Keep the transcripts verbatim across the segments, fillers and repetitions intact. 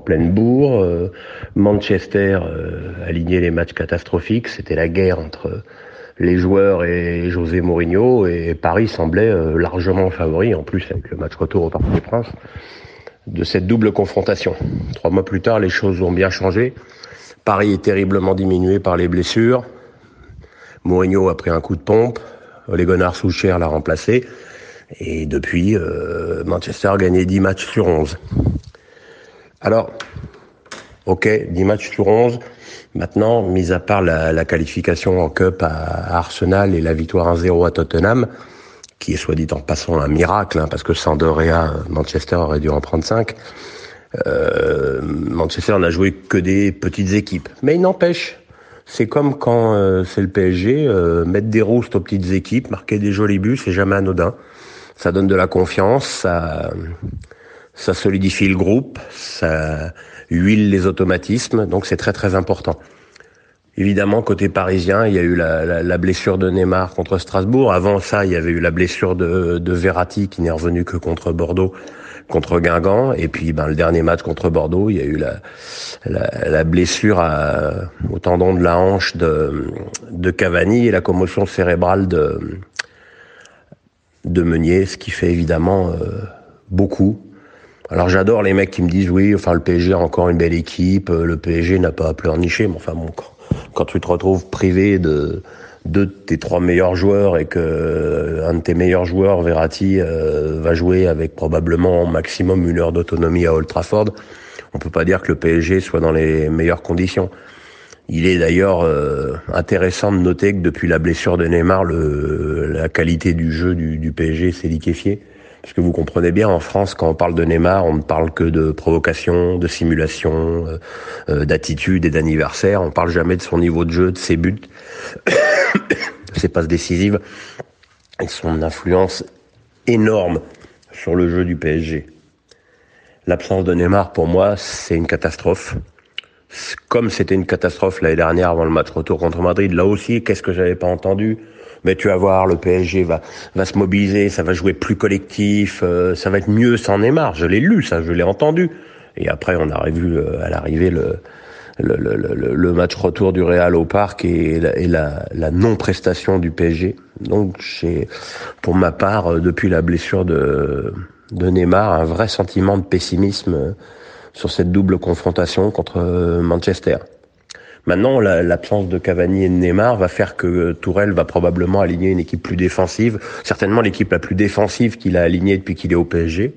pleine bourre. Euh, Manchester euh, alignait les matchs catastrophiques. C'était la guerre entre les joueurs et José Mourinho. Et Paris semblait euh, largement favori, en plus avec le match retour au Parc des Princes, de cette double confrontation. Trois mois plus tard, les choses ont bien changé. Paris est terriblement diminué par les blessures. Mourinho a pris un coup de pompe. Ole Gunnar Solskjaer l'a remplacé. Et depuis, euh, Manchester a gagné dix matchs sur onze. Alors, ok, dix matchs sur onze. Maintenant, mis à part la, la qualification en Cup à, à Arsenal et la victoire un zéro à Tottenham, qui est soit dit en passant un miracle, hein, parce que sans De Gea, Manchester aurait dû en prendre cinq. Euh, Manchester n'a joué que des petites équipes. Mais il n'empêche, c'est comme quand euh, c'est le P S G, euh, mettre des roustes aux petites équipes, marquer des jolis buts, c'est jamais anodin. Ça donne de la confiance, ça, ça solidifie le groupe, ça huile les automatismes, donc c'est très très important. Évidemment, côté parisien, il y a eu la, la, la blessure de Neymar contre Strasbourg. Avant ça, il y avait eu la blessure de, de Verratti qui n'est revenu que contre Bordeaux, contre Guingamp. Et puis, ben, le dernier match contre Bordeaux, il y a eu la, la, la blessure à, au tendon de la hanche de, de Cavani et la commotion cérébrale de, de Meunier, ce qui fait évidemment euh, beaucoup. Alors j'adore les mecs qui me disent oui, enfin le P S G a encore une belle équipe, le P S G n'a pas à pleurnicher, mais enfin bon, quand, quand tu te retrouves privé de deux de tes trois meilleurs joueurs et que un de tes meilleurs joueurs, Verratti, euh, va jouer avec probablement au maximum une heure d'autonomie à Old Trafford, on peut pas dire que le P S G soit dans les meilleures conditions. Il est d'ailleurs euh, intéressant de noter que depuis la blessure de Neymar, le, la qualité du jeu du, du P S G s'est liquéfiée. Parce que vous comprenez bien, en France, quand on parle de Neymar, on ne parle que de provocation, de simulation, euh, euh, d'attitude et d'anniversaire. On parle jamais de son niveau de jeu, de ses buts, de ses passes décisives et son influence énorme sur le jeu du P S G. L'absence de Neymar, pour moi, c'est une catastrophe. Comme c'était une catastrophe l'année dernière avant le match retour contre Madrid, là aussi, qu'est-ce que j'avais pas entendu ? Mais tu vas voir, le P S G va va se mobiliser, ça va jouer plus collectif, euh, ça va être mieux sans Neymar. Je l'ai lu, ça, je l'ai entendu. Et après, on a revu euh, à l'arrivée le le, le le le match retour du Real au Parc et la, et la, la non-prestation du P S G. Donc, j'ai, pour ma part, depuis la blessure de de Neymar, un vrai sentiment de pessimisme sur cette double confrontation contre Manchester. Maintenant, la, l'absence de Cavani et de Neymar va faire que Tourelle va probablement aligner une équipe plus défensive, certainement l'équipe la plus défensive qu'il a alignée depuis qu'il est au P S G.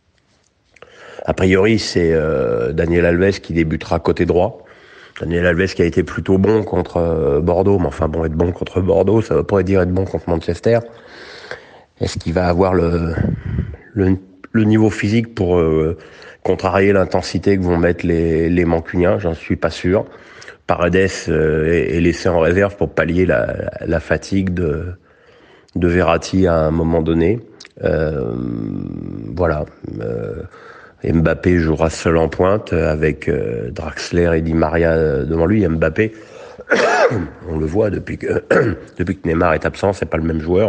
A priori, c'est euh, Daniel Alves qui débutera côté droit. Daniel Alves qui a été plutôt bon contre euh, Bordeaux, mais enfin bon, être bon contre Bordeaux, ça ne veut pas dire être bon contre Manchester. Est-ce qu'il va avoir le, le, le niveau physique pour euh, contrarier l'intensité que vont mettre les, les Mancuniens ? J'en suis pas sûr. Paredes euh, est, est laissé en réserve pour pallier la, la fatigue de, de Verratti à un moment donné. Euh, voilà. Euh, Mbappé jouera seul en pointe avec euh, Draxler et Di Maria devant lui. Mbappé, on le voit depuis que depuis que Neymar est absent, c'est pas le même joueur.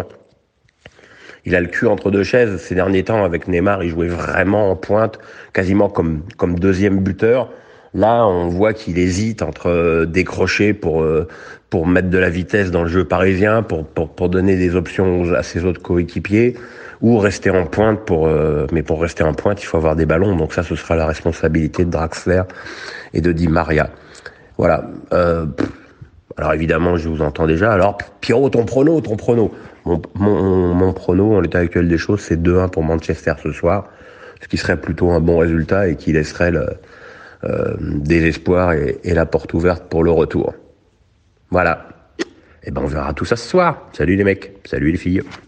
Il a le cul entre deux chaises. Ces derniers temps, avec Neymar, il jouait vraiment en pointe, quasiment comme comme deuxième buteur. Là, on voit qu'il hésite entre décrocher pour pour mettre de la vitesse dans le jeu parisien, pour pour pour donner des options à ses autres coéquipiers, ou rester en pointe pour. Mais pour rester en pointe, il faut avoir des ballons. Donc ça, ce sera la responsabilité de Draxler et de Di Maria. Voilà. Euh, alors évidemment, je vous entends déjà. Alors Pierrot, ton prono, ton prono. Mon mon mon prono en l'état actuel des choses, c'est deux un pour Manchester ce soir, ce qui serait plutôt un bon résultat et qui laisserait le Euh, des espoirs et, et la porte ouverte pour le retour. Voilà. Et ben on verra tout ça ce soir. Salut les mecs, salut les filles.